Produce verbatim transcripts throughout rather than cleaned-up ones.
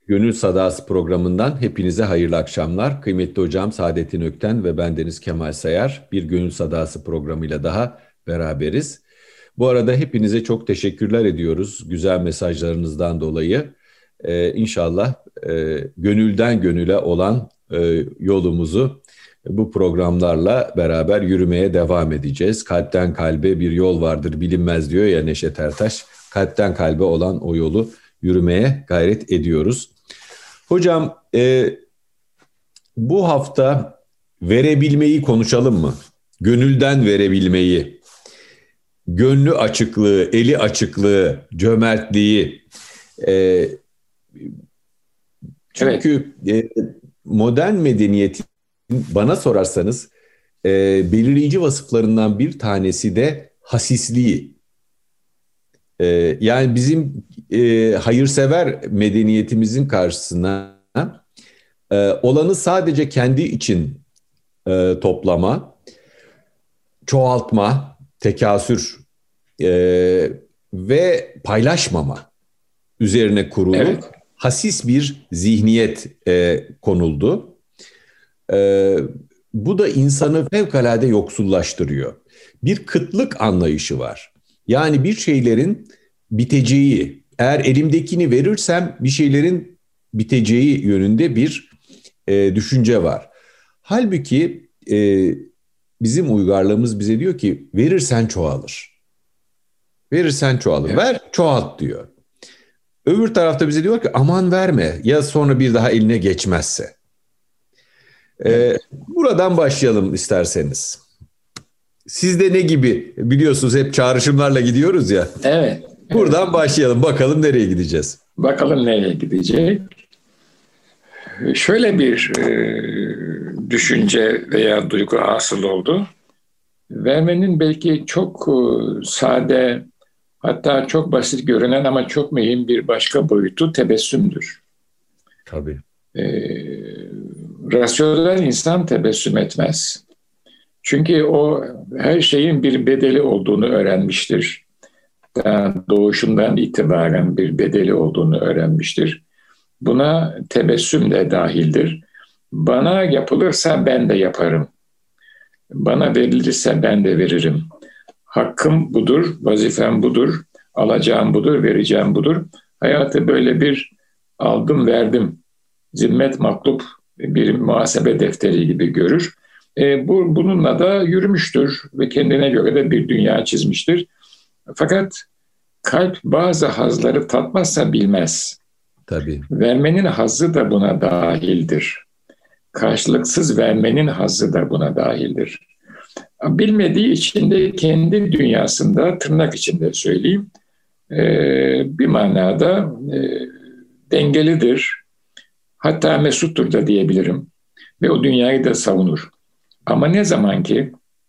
Gönül Sadası programından hepinize hayırlı akşamlar. Kıymetli hocam Saadettin Ökten ve bendeniz Kemal Sayar bir Gönül Sadası programıyla daha beraberiz. Bu arada hepinize çok teşekkürler ediyoruz güzel mesajlarınızdan dolayı. Ee, İnşallah e, gönülden gönüle olan e, yolumuzu bu programlarla beraber yürümeye devam edeceğiz. Kalpten kalbe bir yol vardır bilinmez diyor ya Neşet Ertaş. Kalpten kalbe olan o yolu yürümeye gayret ediyoruz. Hocam e, bu hafta verebilmeyi konuşalım mı? Gönülden verebilmeyi, gönlü açıklığı, eli açıklığı, cömertliği. E, Evet, çünkü e, modern medeniyetin bana sorarsanız e, belirleyici vasıflarından bir tanesi de hasisliği. E, yani bizim e, hayırsever medeniyetimizin karşısına e, olanı sadece kendi için e, toplama, çoğaltma, tekasür e, ve paylaşmama üzerine kurulu evet, hasis bir zihniyet e, konuldu. E, Bu da insanı fevkalade yoksullaştırıyor. Bir kıtlık anlayışı var. Yani bir şeylerin biteceği, eğer elimdekini verirsem bir şeylerin biteceği yönünde bir e, düşünce var. Halbuki e, bizim uygarlığımız bize diyor ki verirsen çoğalır. Verirsen çoğalır. evet. Ver, çoğalt diyor. Öbür tarafta bize diyor ki aman verme ya sonra bir daha eline geçmezse. E, Evet. buradan başlayalım isterseniz. Sizde ne gibi biliyorsunuz hep çağrışımlarla gidiyoruz ya. Evet, evet. Buradan başlayalım bakalım nereye gideceğiz. Bakalım nereye gidecek? Şöyle bir e, düşünce veya duygu hasıl oldu. Vermenin belki çok e, sade, hatta çok basit görünen ama çok mühim bir başka boyutu tebessümdür. Tabii. E, Rasyonel insan tebessüm etmez. Çünkü o her şeyin bir bedeli olduğunu öğrenmiştir. Daha doğuşundan itibaren bir bedeli olduğunu öğrenmiştir. Buna tebessüm de dahildir. Bana yapılırsa ben de yaparım. Bana verilirse ben de veririm. Hakkım budur, vazifem budur, alacağım budur, vereceğim budur. Hayatı böyle bir aldım verdim, zimmet maklub bir muhasebe defteri gibi görür. E, bu, bununla da yürümüştür ve kendine göre de bir dünya çizmiştir. Fakat kalp bazı hazları tatmazsa bilmez. Tabii. Vermenin hazzı da buna dahildir. Karşılıksız vermenin hazzı da buna dahildir. Bilmediği için de kendi dünyasında tırnak içinde söyleyeyim e, bir manada e, dengelidir. Hatta mesuttur da diyebilirim. Ve o dünyayı da savunur. Ama ne zaman ki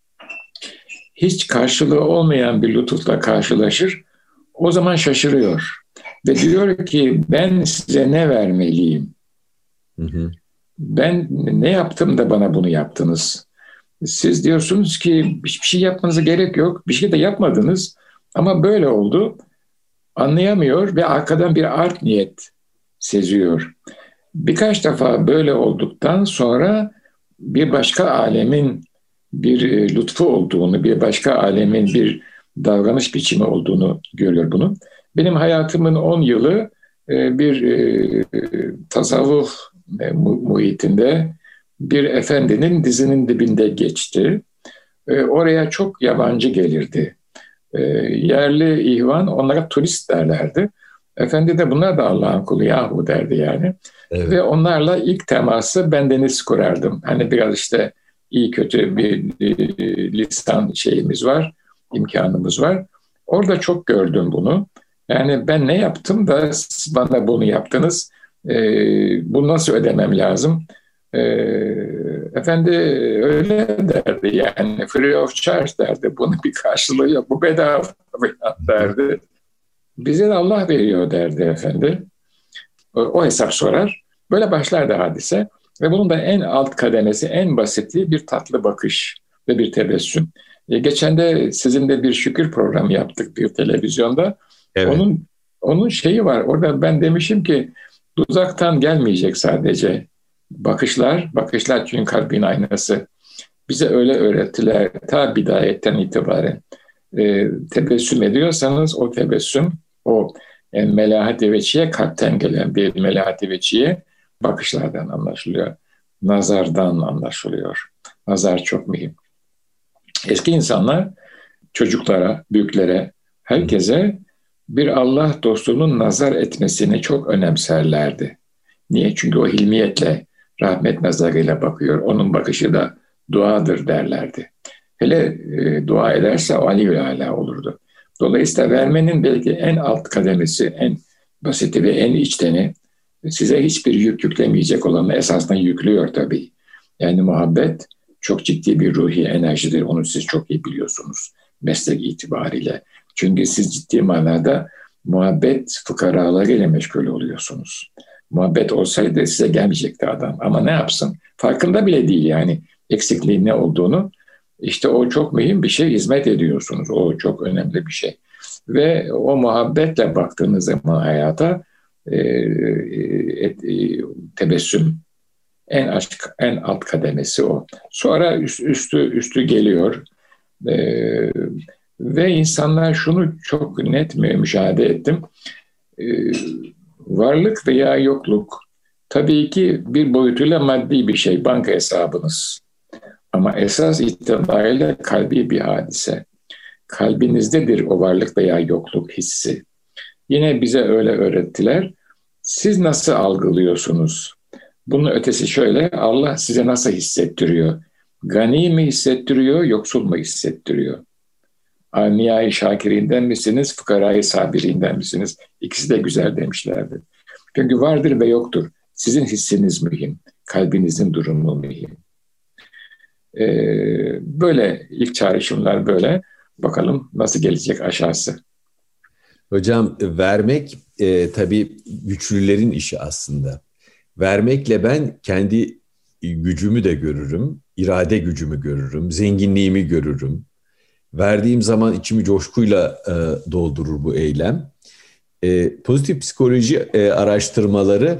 hiç karşılığı olmayan bir lütufla karşılaşır, o zaman şaşırıyor. Ve diyor ki ben size ne vermeliyim? Hı hı. Ben ne yaptım da bana bunu yaptınız? Siz diyorsunuz ki hiçbir şey yapmanıza gerek yok. Bir şey de yapmadınız. Ama böyle oldu. Anlayamıyor ve arkadan bir art niyet seziyor. Birkaç defa böyle olduktan sonra bir başka alemin bir e, lütfu olduğunu, bir başka alemin bir davranış biçimi olduğunu görüyor bunu. Benim hayatımın on yılı e, bir e, tasavvuf e, muhitinde bir efendinin dizinin dibinde geçti. E, oraya çok yabancı gelirdi. E, yerli ihvan onlara turist derlerdi. Efendi de bunlar da Allah'ın kulu yahu derdi yani. Evet. Ve onlarla ilk teması bendeniz kurardım. Hani biraz işte iyi kötü bir e, lisan şeyimiz var, imkanımız var. Orada çok gördüm bunu. Yani ben ne yaptım da siz bana bunu yaptınız? E, bunu nasıl ödemem lazım? E, efendi öyle derdi yani free of charge derdi. Bunun bir karşılığı yok. Bu bedava derdi. Bize de Allah veriyor derdi efendi. O, o hesap sorar. Böyle başlardı hadise. Ve bunun da en alt kademesi, en basiti bir tatlı bakış ve bir tebessüm. E, geçen de sizinle bir şükür programı yaptık bir televizyonda. Evet. Onun onun şeyi var. Orada ben demişim ki Dudaktan gelmeyecek sadece. Bakışlar, bakışlar çünkü kalbin aynası. Bize öyle öğrettiler ta bidayetten itibaren. E, tebessüm ediyorsanız o tebessüm, o yani melahat-i veçiye, kalpten gelen bir melahat-i veçiye bakışlardan anlaşılıyor. Nazardan anlaşılıyor. Nazar çok mühim. Eski insanlar çocuklara, büyüklere, herkese bir Allah dostunun nazar etmesini çok önemserlerdi. Niye? Çünkü o hilmiyetle, rahmet nazarıyla bakıyor. Onun bakışı da duadır derlerdi. Hele e, dua ederse o aliyül ala olurdu. Dolayısıyla vermenin belki en alt kademesi, en basiti ve en içteni, size hiçbir yük yüklemeyecek olanı esasında yüklüyor tabii. Yani muhabbet çok ciddi bir ruhi enerjidir. Onu siz çok iyi biliyorsunuz meslek itibariyle. Çünkü siz ciddi manada muhabbet fıkaralarıyla meşgul oluyorsunuz. Muhabbet olsaydı size gelmeyecekti adam. Ama ne yapsın? Farkında bile değil yani eksikliğin ne olduğunu. İşte o çok mühim bir şey, hizmet ediyorsunuz. O çok önemli bir şey. Ve o muhabbetle baktığınız zaman hayata e, e, e, tebessüm en aşk, en alt kademesi o. Sonra üst, üstü üstü geliyor. E, ve insanlar şunu çok net müşahede ettim. E, varlık veya yokluk tabii ki bir boyutuyla maddi bir şey, banka hesabınız. Ama esas itibariyle kalbi bir hadise. Kalbinizdedir o varlık veya yokluk hissi. Yine bize öyle öğrettiler. Siz nasıl algılıyorsunuz? Bunun ötesi şöyle, Allah size nasıl hissettiriyor? Gani mi hissettiriyor, yoksul mu hissettiriyor? Amiyai şakirinden misiniz, fıkarayı sabirinden misiniz? İkisi de güzel demişlerdi. Çünkü vardır ve yoktur. Sizin hissiniz mühim, kalbinizin durumu mühim. Ee, böyle ilk çağrışımlar böyle. Bakalım nasıl gelecek aşağısı. Hocam vermek e, tabii güçlülerin işi aslında. Vermekle ben kendi gücümü de görürüm, irade gücümü görürüm, zenginliğimi görürüm. Verdiğim zaman içimi coşkuyla e, doldurur bu eylem. E, pozitif psikoloji e, araştırmaları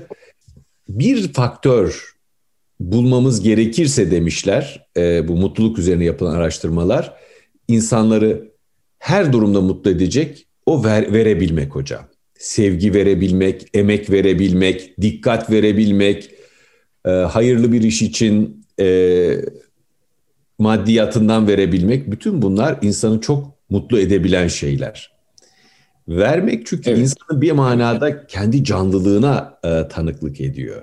bir faktör bulmamız gerekirse demişler, e, bu mutluluk üzerine yapılan araştırmalar, insanları her durumda mutlu edecek o ver, verebilmek hocam. Sevgi verebilmek, emek verebilmek, dikkat verebilmek, e, hayırlı bir iş için e, maddiyatından verebilmek, bütün bunlar insanı çok mutlu edebilen şeyler. Vermek çünkü evet, insanı bir manada kendi canlılığına e, tanıklık ediyor.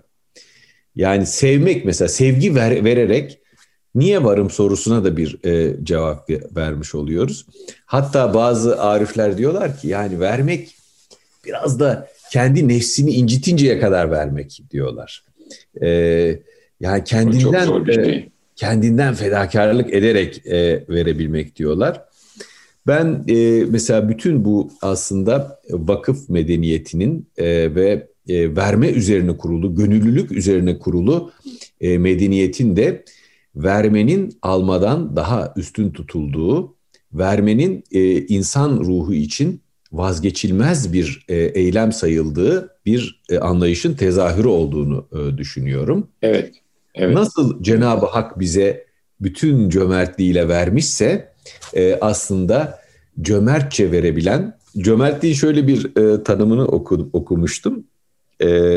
Yani sevmek, mesela sevgi ver, vererek niye varım sorusuna da bir e, cevap vermiş oluyoruz. Hatta bazı arifler diyorlar ki yani vermek biraz da kendi nefsini incitinceye kadar vermek diyorlar. E, yani kendinden e, kendinden fedakarlık ederek e, verebilmek diyorlar. Ben e, mesela bütün bu aslında vakıf medeniyetinin e, ve e, verme üzerine kurulu, gönüllülük üzerine kurulu e, medeniyetin de vermenin almadan daha üstün tutulduğu, vermenin e, insan ruhu için vazgeçilmez bir e, eylem sayıldığı bir e, anlayışın tezahürü olduğunu e, düşünüyorum. Evet, evet. Nasıl Cenab-ı Hak bize bütün cömertliğiyle vermişse e, aslında cömertçe verebilen, cömertliğin şöyle bir e, tanımını oku, okumuştum. E,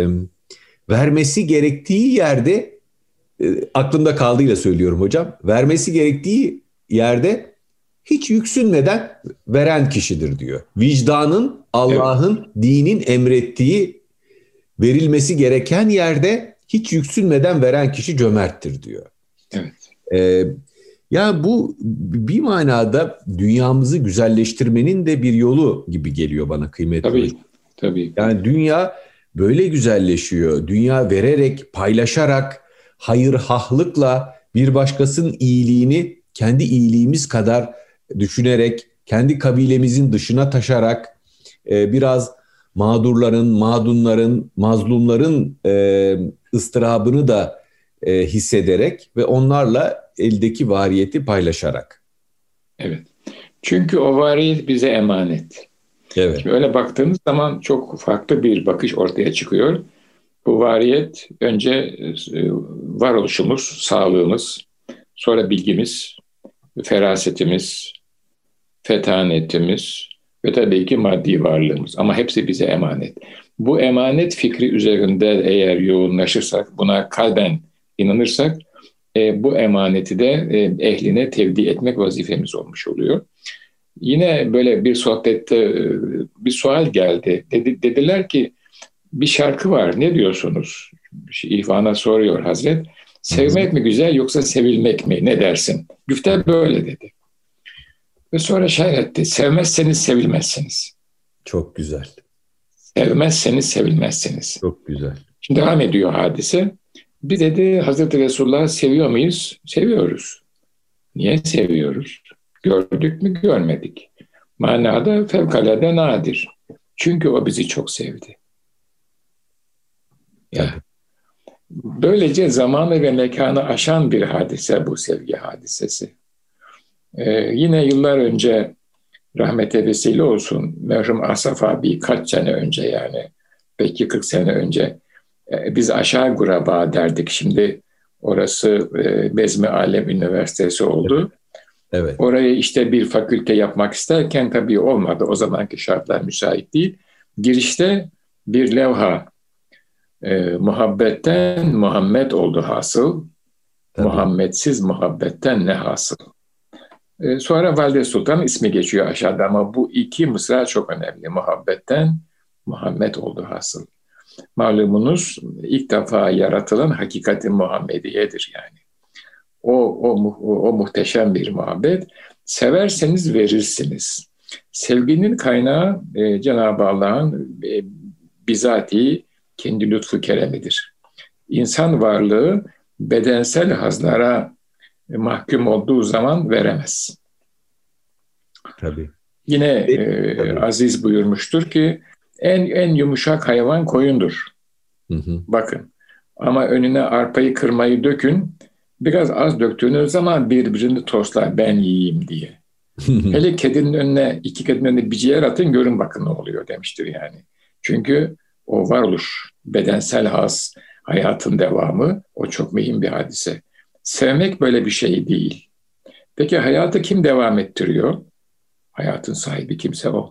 vermesi gerektiği yerde, e, aklımda kaldığıyla söylüyorum hocam, vermesi gerektiği yerde hiç yüksünmeden veren kişidir diyor. Vicdanın, Allah'ın, evet, dinin emrettiği verilmesi gereken yerde hiç yüksünmeden veren kişi cömerttir diyor. Evet. Ee, ya bu bir manada dünyamızı güzelleştirmenin de bir yolu gibi geliyor bana kıymetli. Tabii, tabii. Yani dünya böyle güzelleşiyor. Dünya vererek, paylaşarak, hayırhahlıkla bir başkasının iyiliğini kendi iyiliğimiz kadar düşünerek, kendi kabilemizin dışına taşarak, e, biraz mağdurların, mağdunların, mazlumların e, ıstırabını da e, hissederek ve onlarla eldeki variyeti paylaşarak. Evet. Çünkü o variyet bize emanet. Evet. Şimdi öyle baktığınız zaman çok farklı bir bakış ortaya çıkıyor. Bu variyet önce e, varoluşumuz, sağlığımız, sonra bilgimiz, ferasetimiz, fetanetimiz ve tabii ki maddi varlığımız. Ama hepsi bize emanet. Bu emanet fikri üzerinde eğer yoğunlaşırsak, buna kalben inanırsak, e, bu emaneti de e, ehline tevdi etmek vazifemiz olmuş oluyor. Yine böyle bir sohbette e, bir sual geldi. Dedi, dediler ki bir şarkı var, ne diyorsunuz? İhvan'a soruyor Hazret. Hı hı. Sevmek mi güzel yoksa sevilmek mi? Ne dersin? Güfte böyle dedi. Ve sonra şair etti. Sevmezseniz sevilmezsiniz. Çok güzel. Sevmezseniz sevilmezsiniz. Çok güzel. Şimdi devam ediyor hadise. Bir dedi Hazreti Resulullah'ı seviyor muyuz? Seviyoruz. Niye seviyoruz? Gördük mü görmedik. Manada fevkalade nadir. Çünkü o bizi çok sevdi. Ya. Tabii. Böylece zamanı ve mekanı aşan bir hadise bu sevgi hadisesi. Ee, yine yıllar önce rahmete vesile olsun merhum Asaf abi kaç sene önce yani belki kırk sene önce e, biz aşağı guraba derdik. Şimdi orası e, Bezmi Alem Üniversitesi oldu. Evet. Oraya işte bir fakülte yapmak isterken tabii olmadı. O zamanki şartlar müsait değil. Girişte bir levha e, muhabbetten Muhammed oldu hasıl. Tabii. Muhammedsiz muhabbetten ne hasıl. E, sonra Valide Sultan ismi geçiyor aşağıda ama bu iki mısra çok önemli. Muhabbetten Muhammed oldu hasıl. Malumunuz ilk defa yaratılan hakikati Muhammediye'dir yani. O, o, o, o muhteşem bir muhabbet. Severseniz verirsiniz. Sevginin kaynağı e, Cenab-ı Allah'ın e, bizatihi kendi lütfu keremidir. İnsan varlığı bedensel hazlara e, mahkum olduğu zaman veremez. Tabii. Yine e, Tabii. Aziz buyurmuştur ki en en yumuşak hayvan koyundur. Hı hı. Bakın ama önüne arpayı kırmayı dökün. Biraz az döktüğünüz zaman birbirini toslar ben yiyeyim diye. Hele kedinin önüne iki kedinin önüne bir ciğer atın görün bakın ne oluyor demiştir yani. Çünkü o varoluş, bedensel haz, hayatın devamı o çok mühim bir hadise. Sevmek böyle bir şey değil. Peki hayatı kim devam ettiriyor? Hayatın sahibi kimse o.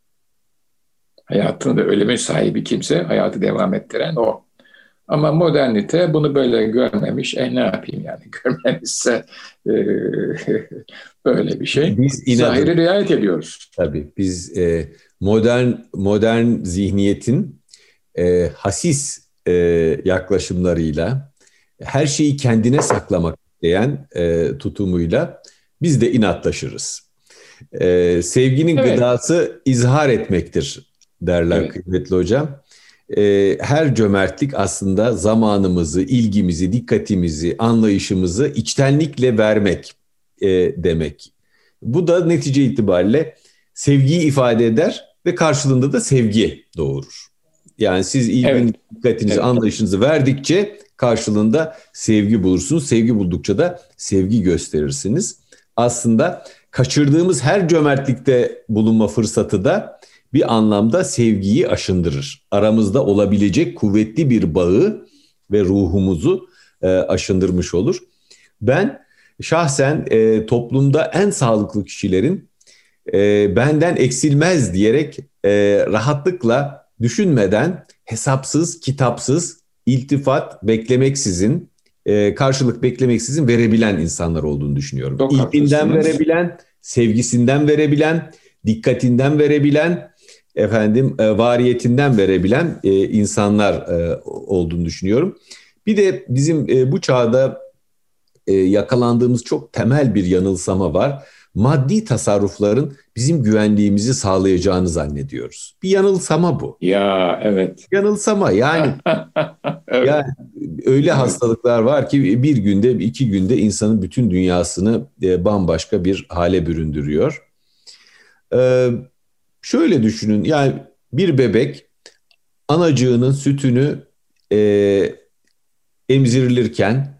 Hayatın ve ölümün sahibi kimse hayatı devam ettiren o. Ama modernite bunu böyle görmemiş. E ne yapayım yani görmemişse e, böyle bir şey. Biz inadı, Zahiri riayet ediyoruz. tabii biz e, modern modern zihniyetin e, hasis e, yaklaşımlarıyla her şeyi kendine saklamak isteyen e, tutumuyla biz de inatlaşırız. E, sevginin Evet. gıdası izhar etmektir derler Evet. kıymetli hocam. E, her cömertlik aslında zamanımızı, ilgimizi, dikkatimizi, anlayışımızı içtenlikle vermek e, demek. Bu da netice itibariyle sevgiyi ifade eder ve karşılığında da sevgi doğurur. Yani siz ilginizi, Evet. dikkatinizi, Evet. anlayışınızı verdikçe karşılığında sevgi bulursunuz. Sevgi buldukça da sevgi gösterirsiniz. Aslında kaçırdığımız her cömertlikte bulunma fırsatı da bir anlamda sevgiyi aşındırır. Aramızda olabilecek kuvvetli bir bağı ve ruhumuzu e, aşındırmış olur. Ben şahsen e, toplumda en sağlıklı kişilerin e, benden eksilmez diyerek e, rahatlıkla düşünmeden hesapsız, kitapsız, iltifat beklemeksizin, e, karşılık beklemeksizin verebilen insanlar olduğunu düşünüyorum. Çok İlginden haklısınız. verebilen, sevgisinden verebilen, dikkatinden verebilen, efendim e, variyetinden verebilen e, insanlar e, olduğunu düşünüyorum. Bir de bizim e, bu çağda e, yakalandığımız çok temel bir yanılsama var. Maddi tasarrufların bizim güvenliğimizi sağlayacağını zannediyoruz. Bir yanılsama bu. Ya evet. Yanılsama yani. Evet. Yani öyle Evet. hastalıklar var ki bir günde, iki günde insanın bütün dünyasını e, bambaşka bir hale büründürüyor. Ee, şöyle düşünün, yani bir bebek anacığının sütünü e, emzirilirken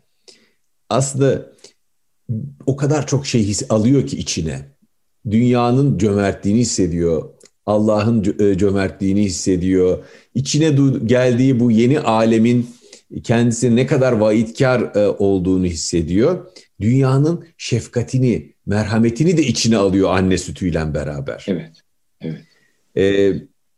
aslında o kadar çok şey his alıyor ki içine. Dünyanın cömertliğini hissediyor. Allah'ın cö- cömertliğini hissediyor. İçine du- geldiği bu yeni alemin kendisine ne kadar vaitkar e, olduğunu hissediyor. Dünyanın şefkatini, merhametini de içine alıyor anne sütüyle beraber. Evet, evet. E,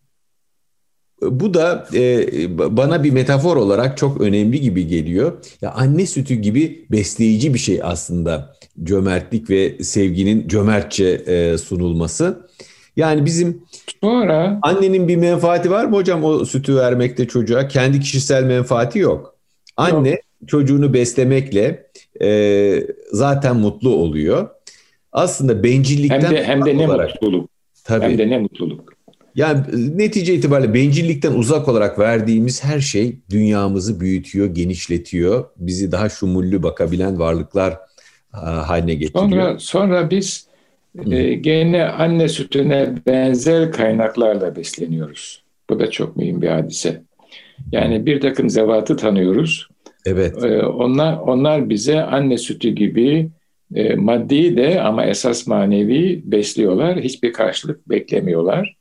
Bu da e, bana bir metafor olarak çok önemli gibi geliyor. Ya anne sütü gibi besleyici bir şey aslında cömertlik ve sevginin cömertçe e, sunulması. Yani bizim Sonra annenin bir menfaati var mı hocam o sütü vermekte çocuğa? Kendi kişisel menfaati yok. yok. Anne çocuğunu beslemekle e, zaten mutlu oluyor. Aslında Hem bencillikten de hem de uzak ne olarak mutluluk. Hem tabii. de ne mutluluk. Yani netice itibariyle bencillikten uzak olarak verdiğimiz her şey dünyamızı büyütüyor, genişletiyor. Bizi daha şumullü bakabilen varlıklar ha, haline getiriyor. Sonra sonra biz Hı hı. e, gene anne sütüne benzer kaynaklarla besleniyoruz. Bu da çok mühim bir hadise. Yani bir takım zevatı tanıyoruz. Evet. E, onlar onlar bize anne sütü gibi e, maddi de ama esas manevi besliyorlar. Hiçbir karşılık beklemiyorlar.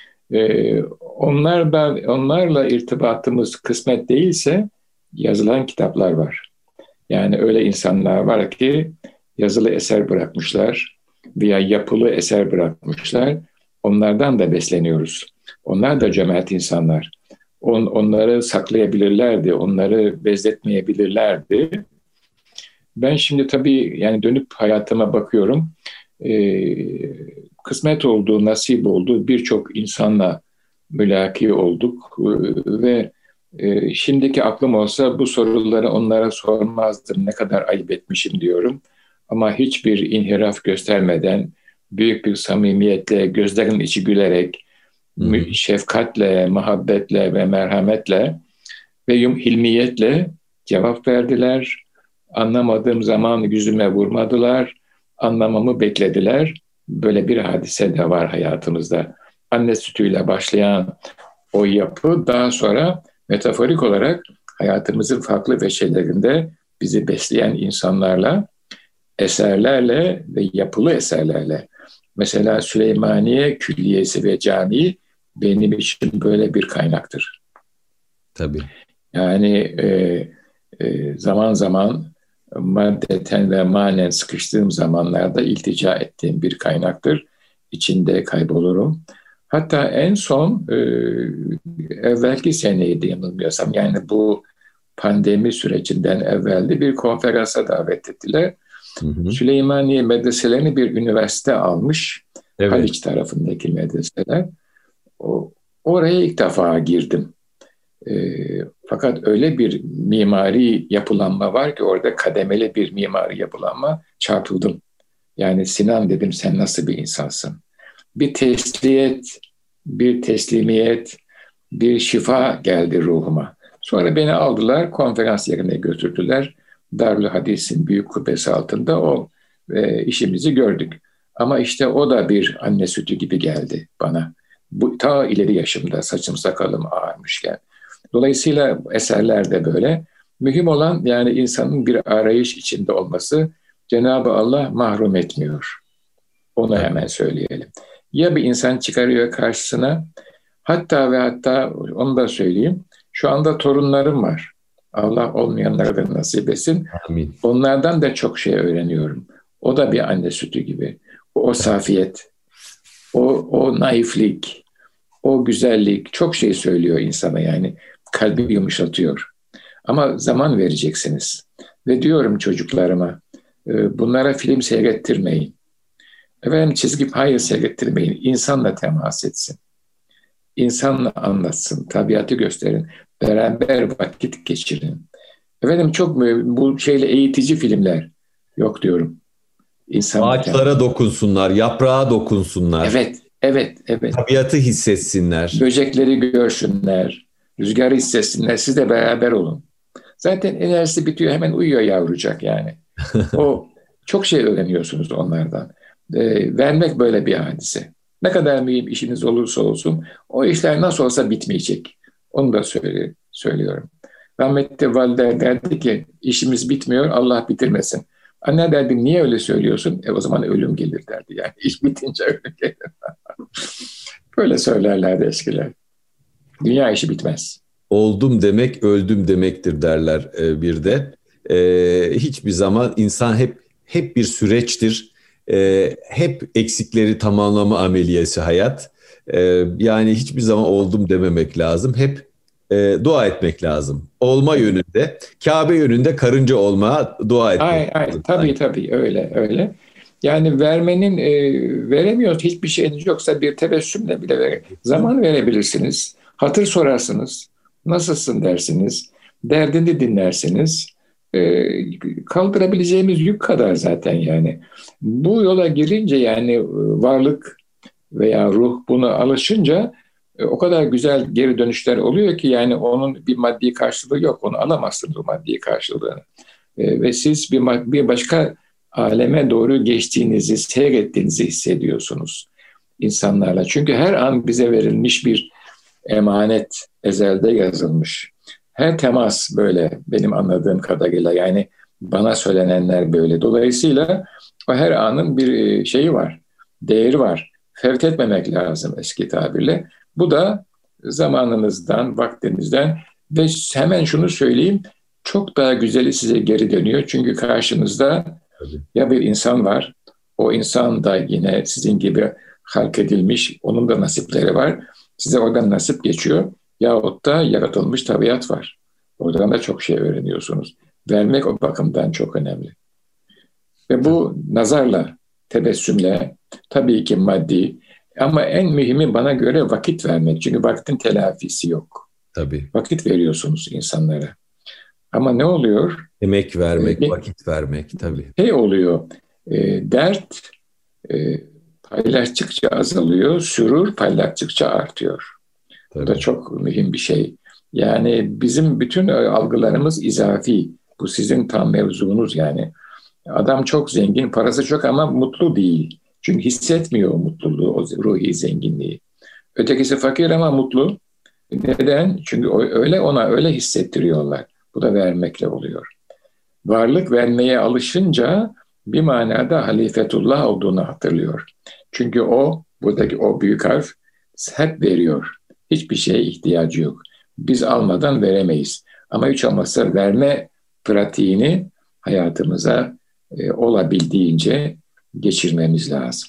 E, onlar da onlarla irtibatımız kısmet değilse yazılan kitaplar var. Yani öyle insanlar var ki yazılı eser bırakmışlar veya yapılı eser bırakmışlar. Onlardan da besleniyoruz. Onlar da cömert insanlar. On, onları saklayabilirlerdi, onları bezletmeyebilirlerdi. Ben şimdi tabii yani dönüp hayatıma bakıyorum. Ee, kısmet oldu, nasip oldu. Birçok insanla mülaki olduk Ee, ve e, şimdiki aklım olsa bu soruları onlara sormazdım. Ne kadar ayıp etmişim diyorum. Ama hiçbir inhiraf göstermeden, büyük bir samimiyetle, gözlerin içi gülerek, Hı hı. şefkatle, muhabbetle ve merhametle ve yum hilmiyetle cevap verdiler. Anlamadığım zaman yüzüme vurmadılar. Anlamamı beklediler. Böyle bir hadise de var hayatımızda. Anne sütüyle başlayan o yapı daha sonra metaforik olarak hayatımızın farklı veçelerinde bizi besleyen insanlarla, eserlerle ve yapılı eserlerle. Mesela Süleymaniye Külliyesi ve Camii benim için böyle bir kaynaktır. Tabii. Yani e, e, zaman zaman maddeten ve manen sıkıştığım zamanlarda iltica ettiğim bir kaynaktır. İçinde kaybolurum. Hatta en son e, evvelki seneydi yanılmıyorsam. Yani bu pandemi sürecinden evveldi bir konferansa davet ettiler. Hı hı. Süleymaniye medreselerini bir üniversite almış. Evet. Haliç tarafındaki medreseler. O, oraya ilk defa girdim. E, fakat öyle bir mimari yapılanma var ki orada kademeli bir mimari yapılanma, çarpıldım. Yani Sinan dedim, sen nasıl bir insansın? Bir tesliyet, bir teslimiyet, bir şifa geldi ruhuma. Sonra beni aldılar, konferans yerine götürdüler. Darül Hadis'in büyük kubbesi altında o e, işimizi gördük. Ama işte o da bir anne sütü gibi geldi bana. Bu ta ileri yaşımda, saçım sakalım ağarmışken. Dolayısıyla eserler de böyle. Mühim olan yani insanın bir arayış içinde olması. Cenab-ı Allah mahrum etmiyor. Onu Tabii. hemen söyleyelim. Ya bir insan çıkarıyor karşısına, hatta ve hatta onu da söyleyeyim. Şu anda torunlarım var. Allah olmayanlara da nasip etsin. Amin. Onlardan da çok şey öğreniyorum. O da bir anne sütü gibi. O, o safiyet, o, o naiflik, o güzellik çok şey söylüyor insana yani. Kalbi yumuşatıyor. Ama zaman vereceksiniz. Ve diyorum çocuklarıma, e, bunlara film seyrettirmeyin. Efendim çizgi hayır seyrettirmeyin. İnsanla temas etsin. İnsanla anlatsın. Tabiatı gösterin. Beraber vakit geçirin. Efendim çok mu bu şeyle eğitici filmler? Yok diyorum. İnsanla temas. Ağaçlara dokunsunlar, yaprağa dokunsunlar, Evet, evet, evet. tabiatı hissetsinler. Böcekleri görsünler. Rüzgarı hissetsinler. Siz de beraber olun. Zaten enerjisi bitiyor. Hemen uyuyor yavrucak yani. O çok şey öğreniyorsunuz onlardan. E, vermek böyle bir hadise. Ne kadar mühim işiniz olursa olsun o işler nasıl olsa bitmeyecek. Onu da söyle, söylüyorum. Rahmetli Valide derdi ki işimiz bitmiyor Allah bitirmesin. Anne derdi niye öyle söylüyorsun? E o zaman ölüm gelir derdi yani. İş bitince ölüm gelir. Böyle söylerlerdi eskiler. Dünya işi bitmez. Oldum demek öldüm demektir derler e, bir de. E, hiçbir zaman insan hep hep bir süreçtir. E, hep eksikleri tamamlama ameliyesi hayat. E, yani hiçbir zaman oldum dememek lazım. Hep e, dua etmek lazım. Olma yönünde, Kabe yönünde karınca olmaya dua etmek Ay, ay, lazım. tabii tabii öyle öyle. Yani vermenin e, veremiyoruz hiçbir şeyiniz yoksa bir tebessümle bile vere, zaman verebilirsiniz. Hatır sorarsınız. Nasılsın dersiniz. Derdini dinlersiniz. E, kaldırabileceğimiz yük kadar zaten yani. Bu yola girince yani e, varlık veya ruh buna alışınca e, o kadar güzel geri dönüşler oluyor ki yani onun bir maddi karşılığı yok. Onu alamazsınız o maddi karşılığını. E, ve siz bir, bir başka aleme doğru geçtiğinizi, seyrettiğinizi hissediyorsunuz insanlarla. Çünkü her an bize verilmiş bir emanet, ezelde yazılmış. Her temas böyle benim anladığım kadarıyla yani bana söylenenler böyle. Dolayısıyla o her anın bir şeyi var, değeri var. Fevt etmemek lazım eski tabirle. Bu da zamanınızdan, vaktinizden ve hemen şunu söyleyeyim, çok daha güzeli size geri dönüyor. Çünkü karşınızda Tabii. ya bir insan var, o insan da yine sizin gibi halk edilmiş, onun da nasipleri var. Size oradan nasip geçiyor. Yahut da yaratılmış tabiat var. Oradan da çok şey öğreniyorsunuz. Vermek o bakımdan çok önemli. Ve bu nazarla, tebessümle, tabii ki maddi ama en mühimi bana göre vakit vermek. Çünkü vaktin telafisi yok. Tabii. Vakit veriyorsunuz insanlara. Ama ne oluyor? Emek vermek, Ee, vakit vermek tabii. Şey oluyor, e, dert e, paylaştıkça azalıyor, sürur paylaştıkça artıyor. Bu da Tabii. çok mühim bir şey. Yani bizim bütün algılarımız izafi. Bu sizin tam mevzunuz yani. Adam çok zengin, parası çok ama mutlu değil. Çünkü hissetmiyor o mutluluğu, o ruhi zenginliği. Ötekisi fakir ama mutlu. Neden? Çünkü öyle ona öyle hissettiriyorlar. Bu da vermekle oluyor. Varlık vermeye alışınca bir manada halifetullah olduğunu hatırlıyor. Çünkü o, buradaki o büyük harf hep veriyor. Hiçbir şeye ihtiyacı yok. Biz almadan veremeyiz. Ama hiç olmazsa verme pratiğini hayatımıza e, olabildiğince geçirmemiz lazım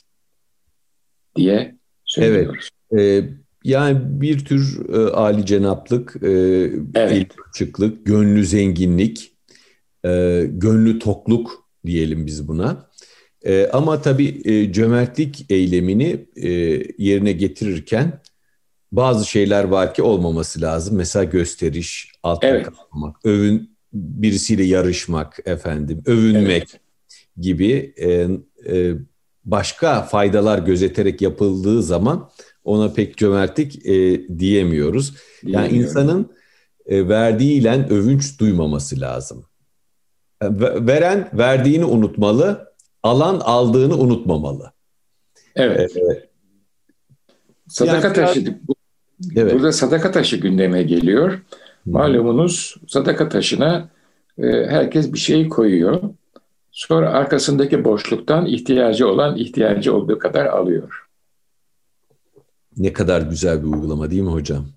diye Evet. söylüyoruz. Ee, yani bir tür e, âli cenaplık, e, Evet. el açıklık, gönlü zenginlik, e, gönlü tokluk diyelim biz buna. E, ama tabii e, cömertlik eylemini e, yerine getirirken bazı şeyler var ki olmaması lazım. Mesela gösteriş, altta Evet. kalmamak, övün, birisiyle yarışmak, efendim, övünmek Evet. gibi e, e, başka faydalar gözeterek yapıldığı zaman ona pek cömertlik e, diyemiyoruz. Yani Diyemiyorum. insanın e, verdiğiyle övünç duymaması lazım. E, veren verdiğini unutmalı, alan aldığını unutmamalı. Evet. E, Sadaka yani biraz, taşı, evet. burada sadaka taşı gündeme geliyor. Hı-hı. Malumunuz sadaka taşına e, herkes bir şey koyuyor. Sonra arkasındaki boşluktan ihtiyacı olan ihtiyacı olduğu kadar alıyor. Ne kadar güzel bir uygulama değil mi hocam?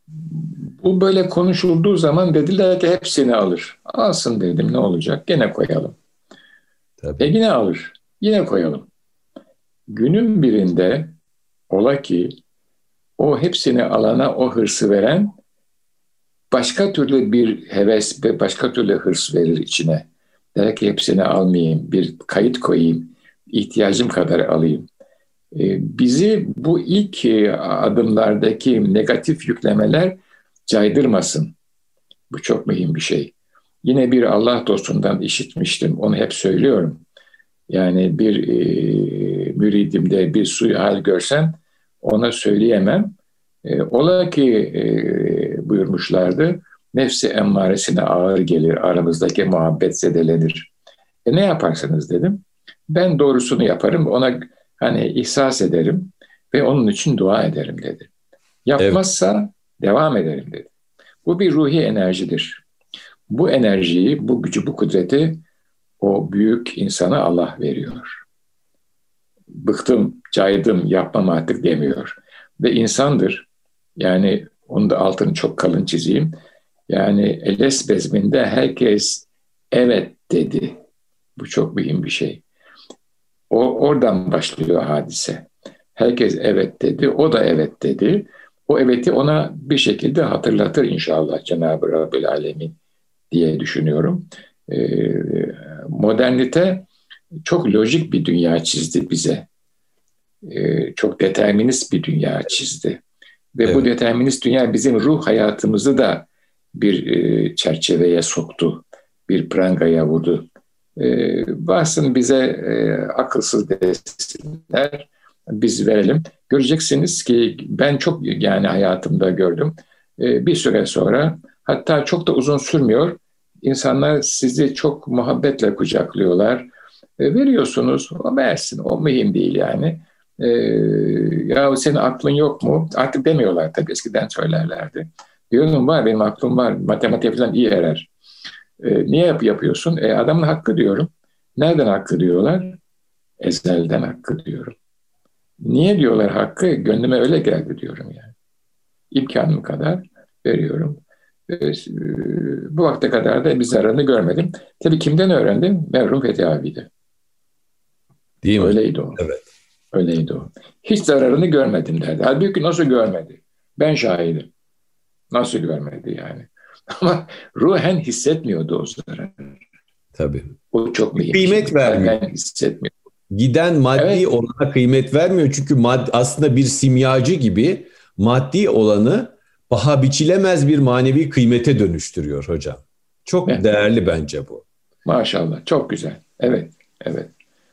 Bu böyle konuşulduğu zaman dediler ki hepsini alır. Alsın dedim, ne olacak? Gene koyalım. Tabii. E yine alır. Yine koyalım. Günün birinde ola ki o hepsini alana o hırsı veren başka türlü bir heves ve başka türlü hırs verir içine. Der ki hepsini almayayım, bir kayıt koyayım, ihtiyacım kadar alayım. Bizi bu ilk adımlardaki negatif yüklemeler caydırmasın. Bu çok mühim bir şey. Yine bir Allah dostundan işitmiştim, onu hep söylüyorum. Yani bir e, müridimde bir suihal görsem ona söyleyemem. E, ola ki e, buyurmuşlardı, nefsi emmaresine ağır gelir, aramızdaki muhabbet zedelenir. E, ne yaparsınız dedim. Ben doğrusunu yaparım, ona hani ihsas ederim ve onun için dua ederim dedi. Yapmazsa evet, devam ederim dedi. Bu bir ruhi enerjidir. Bu enerjiyi, bu gücü, bu kudreti o büyük insana Allah veriyor. Bıktım, caydım, yapmam artık demiyor. ve insandır. Yani onun da altını çok kalın çizeyim. Yani Eles bezminde herkes evet dedi. Bu çok mühim bir şey. O oradan başlıyor hadise. Herkes evet dedi, o da evet dedi. O eveti ona bir şekilde hatırlatır inşallah Cenab-ı Rabbül Alemin diye düşünüyorum. Ee, modernite çok lojik bir dünya çizdi bize. Ee, çok determinist bir dünya çizdi. Ve evet. Bu determinist dünya bizim ruh hayatımızı da bir e, çerçeveye soktu. Bir prangaya vurdu. E, Varsın bize e, akılsız desinler, biz verelim. Göreceksiniz ki ben çok yani hayatımda gördüm. E, bir süre sonra, hatta çok da uzun sürmüyor, insanlar sizi çok muhabbetle kucaklıyorlar. E, veriyorsunuz, o versin, o mühim değil yani. E, ya senin aklın yok mu? Artık demiyorlar tabii, eskiden söylerlerdi. Diyorum var, benim aklım var, matematik falan iyi erer. E, niye yap yapıyorsun? E, adamın hakkı diyorum. Nereden hakkı diyorlar? Ezelden hakkı diyorum. Niye diyorlar hakkı? Gönlüme öyle geldi diyorum yani. İmkanım kadar veriyorum. E, e, bu vakte kadar da bir zararını görmedim. Tabii kimden öğrendim? Merhum Fethi abiydi. Değil mi? Öyleydi o. Evet. Öyleydi o. Hiç zararını görmedim derdi. Halbuki nasıl görmedi? Ben şahidim. Nasıl görmedi yani? Ama ruhen hissetmiyordu o zararı. Tabii. O çok mühim. Kıymet vermiyor. Ben hissetmiyorum. Giden maddi evet. olana kıymet vermiyor. Çünkü mad- aslında bir simyacı gibi maddi olanı paha biçilemez bir manevi kıymete dönüştürüyor hocam. Çok evet. Değerli bence bu. Maşallah. Çok güzel. Evet. Evet.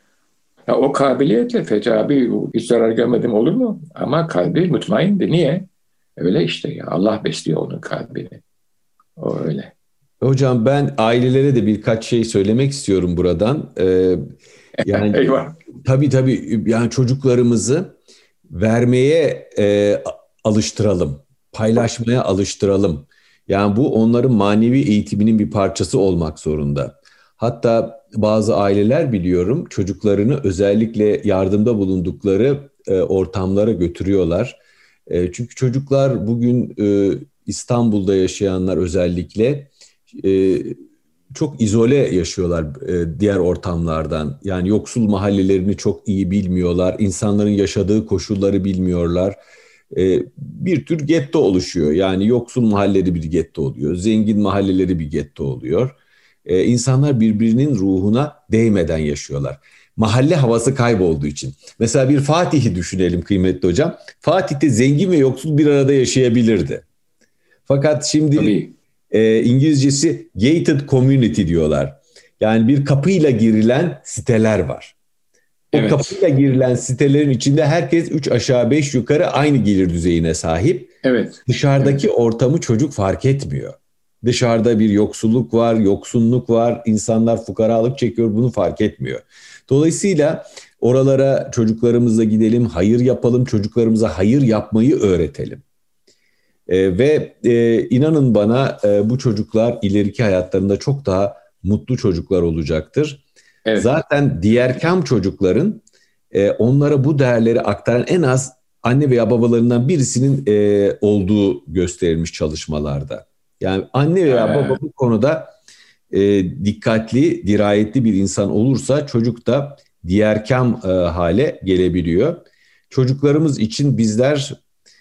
Ya o kabiliyetle Fethi abi hiç zarar görmedim olur mu? Ama kalbi mutmaindi. Niye? Öyle işte ya. Allah besliyor onun kalbini. O öyle. Hocam ben ailelere de birkaç şey söylemek istiyorum buradan. Ee, yani Eyvah. Tabii tabii yani çocuklarımızı vermeye e, alıştıralım, paylaşmaya alıştıralım. Yani bu onların manevi eğitiminin bir parçası olmak zorunda. Hatta bazı aileler biliyorum çocuklarını özellikle yardımda bulundukları e, ortamlara götürüyorlar. E, çünkü çocuklar bugün e, İstanbul'da yaşayanlar özellikle e, çok izole yaşıyorlar e, diğer ortamlardan. Yani yoksul mahallelerini çok iyi bilmiyorlar. İnsanların yaşadığı koşulları bilmiyorlar. E, bir tür getto oluşuyor. Yani yoksul mahalleleri bir getto oluyor. Zengin mahalleleri bir getto oluyor. E, insanlar birbirinin ruhuna değmeden yaşıyorlar. Mahalle havası kaybolduğu için. Mesela bir Fatih'i düşünelim kıymetli hocam. Fatih'te zengin ve yoksul bir arada yaşayabilirdi. Fakat şimdi... Tabii. E, İngilizcesi gated community diyorlar. Yani bir kapıyla girilen siteler var. O evet. Kapıyla girilen sitelerin içinde herkes üç aşağı beş yukarı aynı gelir düzeyine sahip. Evet. Dışarıdaki evet. ortamı çocuk fark etmiyor. Dışarıda bir yoksulluk var, yoksunluk var. İnsanlar fukaralık çekiyor, bunu fark etmiyor. Dolayısıyla oralara çocuklarımızla gidelim, hayır yapalım, çocuklarımıza hayır yapmayı öğretelim. Ee, ve e, inanın bana e, bu çocuklar ileriki hayatlarında çok daha mutlu çocuklar olacaktır. Evet. Zaten diğerkam çocukların e, onlara bu değerleri aktaran en az anne veya babalarından birisinin e, olduğu gösterilmiş çalışmalarda. Yani anne veya ha. baba bu konuda e, dikkatli, dirayetli bir insan olursa çocuk da diğerkam e, hale gelebiliyor. Çocuklarımız için bizler...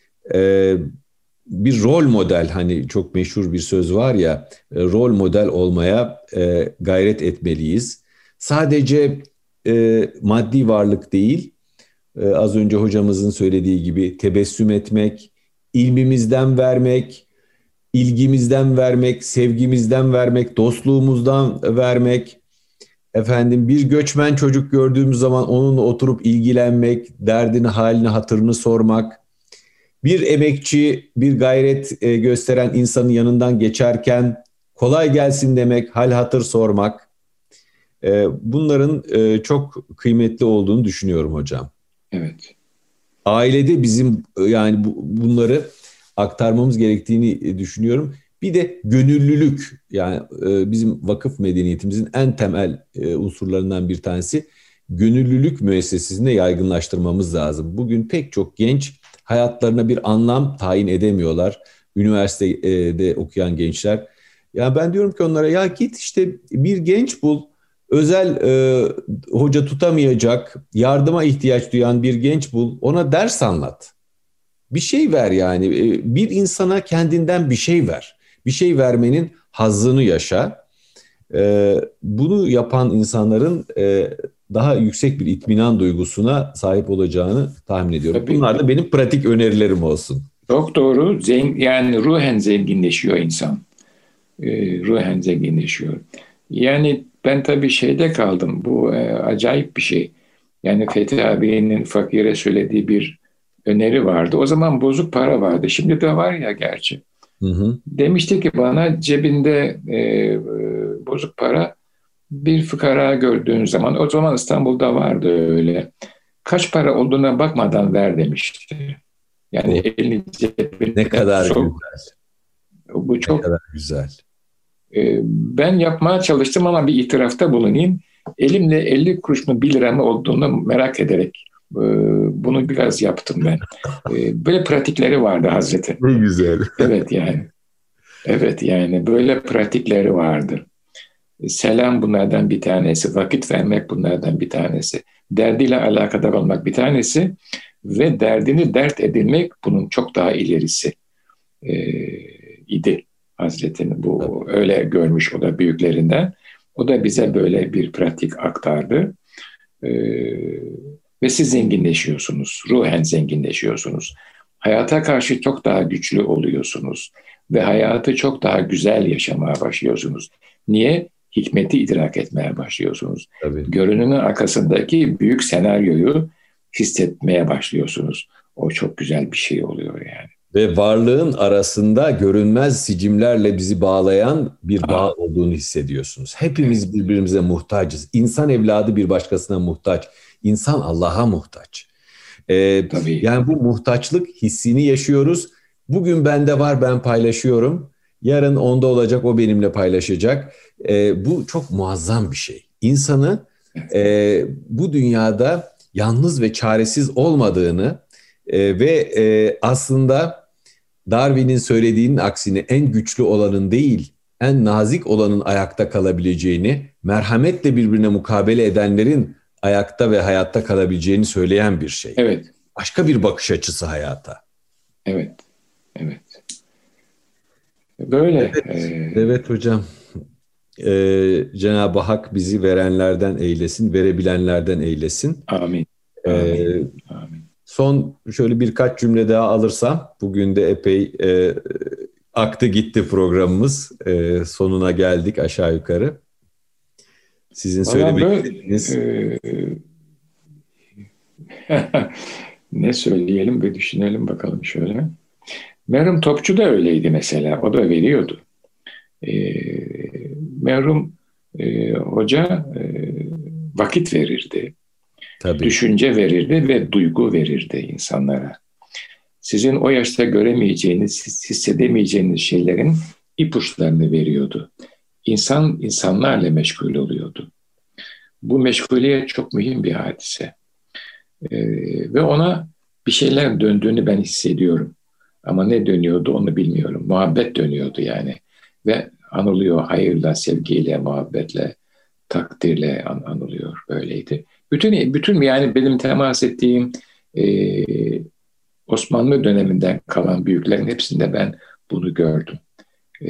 E, bir rol model, hani çok meşhur bir söz var ya, rol model olmaya e, gayret etmeliyiz. Sadece e, maddi varlık değil, e, az önce hocamızın söylediği gibi tebessüm etmek, ilmimizden vermek, ilgimizden vermek, sevgimizden vermek, dostluğumuzdan vermek. Efendim bir göçmen çocuk gördüğümüz zaman onunla oturup ilgilenmek, derdini, halini, hatırını sormak. Bir emekçi, bir gayret gösteren insanın yanından geçerken kolay gelsin demek, hal hatır sormak. Bunların çok kıymetli olduğunu düşünüyorum hocam. Evet. Ailede bizim yani bunları aktarmamız gerektiğini düşünüyorum. Bir de gönüllülük, yani bizim vakıf medeniyetimizin en temel unsurlarından bir tanesi gönüllülük müessesesinde yaygınlaştırmamız lazım. Bugün pek çok genç hayatlarına bir anlam tayin edemiyorlar. Üniversitede okuyan gençler. Ya ben diyorum ki onlara, ya git işte bir genç bul. Özel e, hoca tutamayacak, yardıma ihtiyaç duyan bir genç bul. Ona ders anlat. Bir şey ver yani. E, bir insana kendinden bir şey ver. Bir şey vermenin hazzını yaşa. E, bunu yapan insanların e, daha yüksek bir itminan duygusuna sahip olacağını tahmin ediyorum. Tabii. Bunlar da benim pratik önerilerim olsun. Çok doğru. Zen, yani ruhen zenginleşiyor insan. Ee, ruhen zenginleşiyor. Yani ben tabii şeyde kaldım. Bu e, acayip bir şey. Yani Fethi abinin fakire söylediği bir öneri vardı. O zaman bozuk para vardı. Şimdi de var ya gerçi. Hı hı. Demişti ki bana, cebinde e, e, bozuk para bir fıkara gördüğün zaman, o zaman İstanbul'da vardı öyle. Kaç para olduğuna bakmadan ver demişti. Yani O elini ne cebine kadar sok. güzel. Bu Ne çok. kadar güzel. e, Ben yapmaya çalıştım ama bir itirafta bulunayım. Elimle elli kuruş mu bir lira mı olduğunu merak ederek e, bunu biraz yaptım ben. E, böyle pratikleri vardı Hazreti. Ne güzel. Evet yani. Evet yani böyle pratikleri vardı. Selam bunlardan bir tanesi, vakit vermek bunlardan bir tanesi, derdiyle alakadar olmak bir tanesi ve derdini dert edinmek bunun çok daha ilerisi e, idi Hazretinin. Bu öyle görmüş o da büyüklerinden. O da bize böyle bir pratik aktardı. E, Ve siz zenginleşiyorsunuz, ruhen zenginleşiyorsunuz. Hayata karşı çok daha güçlü oluyorsunuz ve hayatı çok daha güzel yaşamaya başlıyorsunuz. Niye? Hikmeti idrak etmeye başlıyorsunuz. Tabii. Görünümün arkasındaki büyük senaryoyu hissetmeye başlıyorsunuz. O çok güzel bir şey oluyor yani. Ve varlığın arasında görünmez sicimlerle bizi bağlayan bir bağ Ah, olduğunu hissediyorsunuz. evet, Hepimiz birbirimize muhtacız. İnsan evladı bir başkasına muhtaç. İnsan Allah'a muhtaç. Ee, tabii. Yani bu muhtaçlık hissini yaşıyoruz. Bugün bende var, ben paylaşıyorum. Yarın onda olacak, o benimle paylaşacak. Ee, bu çok muazzam bir şey. İnsanı e, bu dünyada yalnız ve çaresiz olmadığını e, ve e, aslında Darwin'in söylediğinin aksine en güçlü olanın değil, en nazik olanın ayakta kalabileceğini, merhametle birbirine mukabele edenlerin ayakta ve hayatta kalabileceğini söyleyen bir şey. Evet, Başka bir bakış açısı hayata. evet, evet. Böyle. Evet, E, evet hocam. Ee, Cenab-ı Hak bizi verenlerden eylesin, verebilenlerden eylesin. amin, amin, Ee, amin. Son şöyle birkaç cümle daha alırsam, bugün de epey e, aktı gitti programımız. E, sonuna geldik aşağı yukarı. Sizin Valla söylemek böyle istediğiniz... e, ne söyleyelim ve düşünelim bakalım şöyle. Merhum Topçu da öyleydi mesela. O da veriyordu. E, Merhum e, Hoca e, vakit verirdi, Tabii, düşünce verirdi ve duygu verirdi insanlara. Sizin o yaşta göremeyeceğiniz, hissedemeyeceğiniz şeylerin ipuçlarını veriyordu. İnsan insanlarla meşgul oluyordu. Bu meşguliyet çok mühim bir hadise. Ee, Ve ona bir şeyler döndüğünü ben hissediyorum. Ama ne dönüyordu onu bilmiyorum. Muhabbet dönüyordu yani. Ve anılıyor hayırla, sevgiyle, muhabbetle, takdirle an- anılıyor. Böyleydi. Bütün bütün yani benim temas ettiğim e, Osmanlı döneminden kalan büyüklerin hepsinde ben bunu gördüm. E,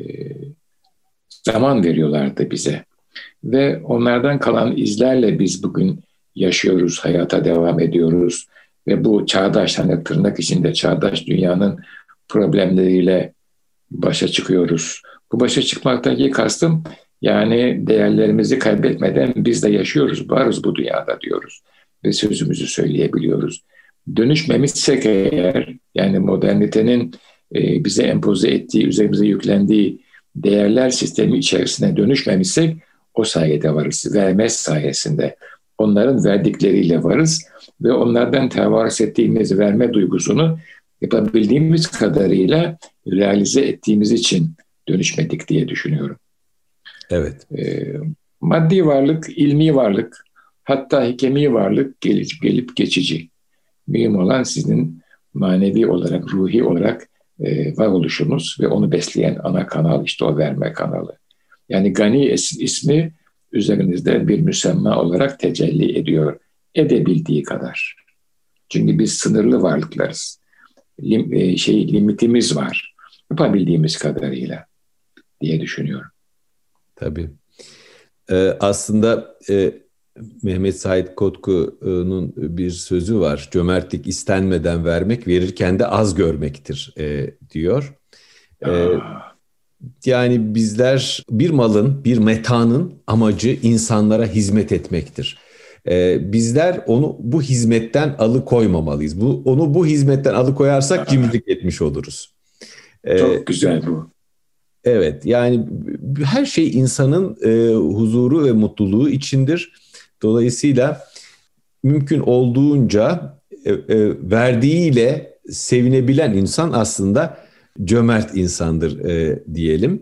Zaman veriyorlardı bize. Ve onlardan kalan izlerle biz bugün yaşıyoruz, hayata devam ediyoruz. Ve bu çağdaş, hani tırnak içinde çağdaş dünyanın problemleriyle başa çıkıyoruz. Bu başa çıkmaktaki kastım, yani değerlerimizi kaybetmeden biz de yaşıyoruz, varız bu dünyada diyoruz. Ve sözümüzü söyleyebiliyoruz. Dönüşmemişsek eğer, yani modernitenin e, bize empoze ettiği, üzerimize yüklendiği değerler sistemi içerisine dönüşmemişsek, o sayede varız. Vermez sayesinde. Onların verdikleriyle varız ve onlardan tevarüz ettiğimiz verme duygusunu yapabildiğimiz kadarıyla realize ettiğimiz için dönüşmedik diye düşünüyorum. evet. E, Maddi varlık, ilmi varlık, hatta hikemi varlık gelip, gelip geçici. Mühim olan sizin manevi olarak, ruhi olarak e, varoluşumuz ve onu besleyen ana kanal işte o verme kanalı. Yani Gani is- ismi üzerinizde bir müsemma olarak tecelli ediyor. Edebildiği kadar. Çünkü biz sınırlı varlıklarız. Lim, e, şey limitimiz var. Yapabildiğimiz kadarıyla diye düşünüyorum. Tabii. Ee, aslında e, Mehmet Said Kotku'nun bir sözü var. Cömertlik istenmeden vermek, verirken de az görmektir e, diyor. E, Aa, yani bizler bir malın, bir metanın amacı insanlara hizmet etmektir. E, bizler onu bu hizmetten alıkoymamalıyız. Bu, onu bu hizmetten alıkoyarsak aa, cimrilik etmiş oluruz. E, çok güzel bu. Evet, yani her şey insanın e, huzuru ve mutluluğu içindir. Dolayısıyla mümkün olduğunca e, e, verdiğiyle sevinebilen insan aslında cömert insandır e, diyelim.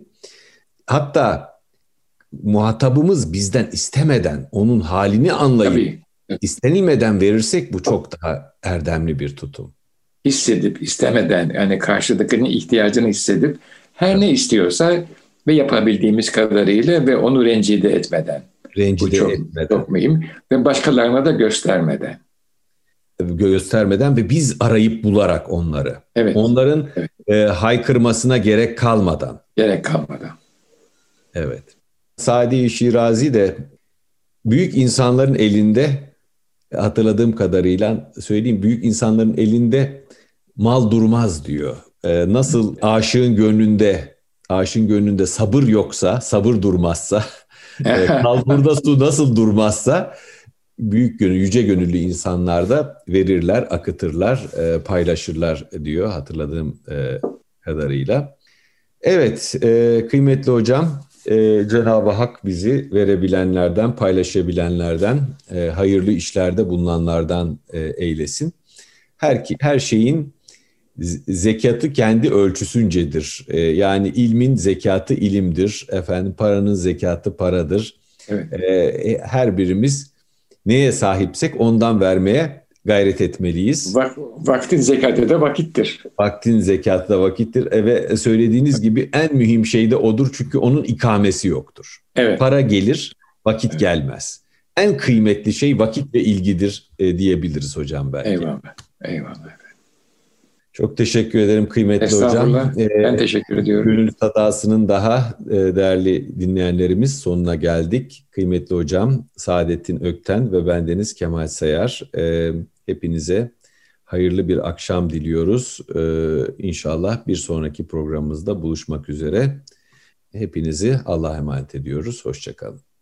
Hatta muhatabımız bizden istemeden, onun halini anlayıp Tabii istenilmeden verirsek bu çok daha erdemli bir tutum. hissedip istemeden yani karşıdakinin ihtiyacını hissedip her Tabii. ne istiyorsa ve yapabildiğimiz kadarıyla ve onu rencide etmeden. Bu Rencide çok etmeden. çok mühim ve başkalarına da göstermeden. Göstermeden ve biz arayıp bularak onları. Evet, Onların evet, e, haykırmasına gerek kalmadan. gerek kalmadan. Evet. Sadi Şirazi de büyük insanların elinde, hatırladığım kadarıyla söyleyeyim, büyük insanların elinde mal durmaz diyor. E, nasıl aşığın gönlünde, aşığın gönlünde sabır yoksa, sabır durmazsa, e, kalburda su nasıl durmazsa, büyük gönül, yüce gönüllü insanlar da verirler, akıtırlar, e, paylaşırlar diyor hatırladığım e, kadarıyla. Evet, e, kıymetli hocam, e, Cenab-ı Hak bizi verebilenlerden, paylaşabilenlerden, e, hayırlı işlerde bulunanlardan e, eylesin. Her her şeyin zekatı kendi ölçüsüncedir. E, yani ilmin zekatı ilimdir, efendim paranın zekatı paradır. Evet. E, her birimiz neye sahipsek ondan vermeye gayret etmeliyiz. Vak, vaktin zekatı da vakittir. Vaktin zekatı da vakittir. E ve söylediğiniz gibi en mühim şey de odur çünkü onun ikamesi yoktur. Evet. Para gelir, vakit Evet. gelmez. En kıymetli şey vakit ve ilgidir e, diyebiliriz hocam belki. Eyvallah. Eyvallah. Çok teşekkür ederim kıymetli hocam. Estağfurullah. E, Ben teşekkür ediyorum. Gönül Sadası'nın daha e, değerli dinleyenlerimiz sonuna geldik. Kıymetli hocam Saadettin Ökten ve bendeniz Kemal Sayar. E, hepinize hayırlı bir akşam diliyoruz. E, İnşallah bir sonraki programımızda buluşmak üzere. Hepinizi Allah'a emanet ediyoruz. Hoşça kalın.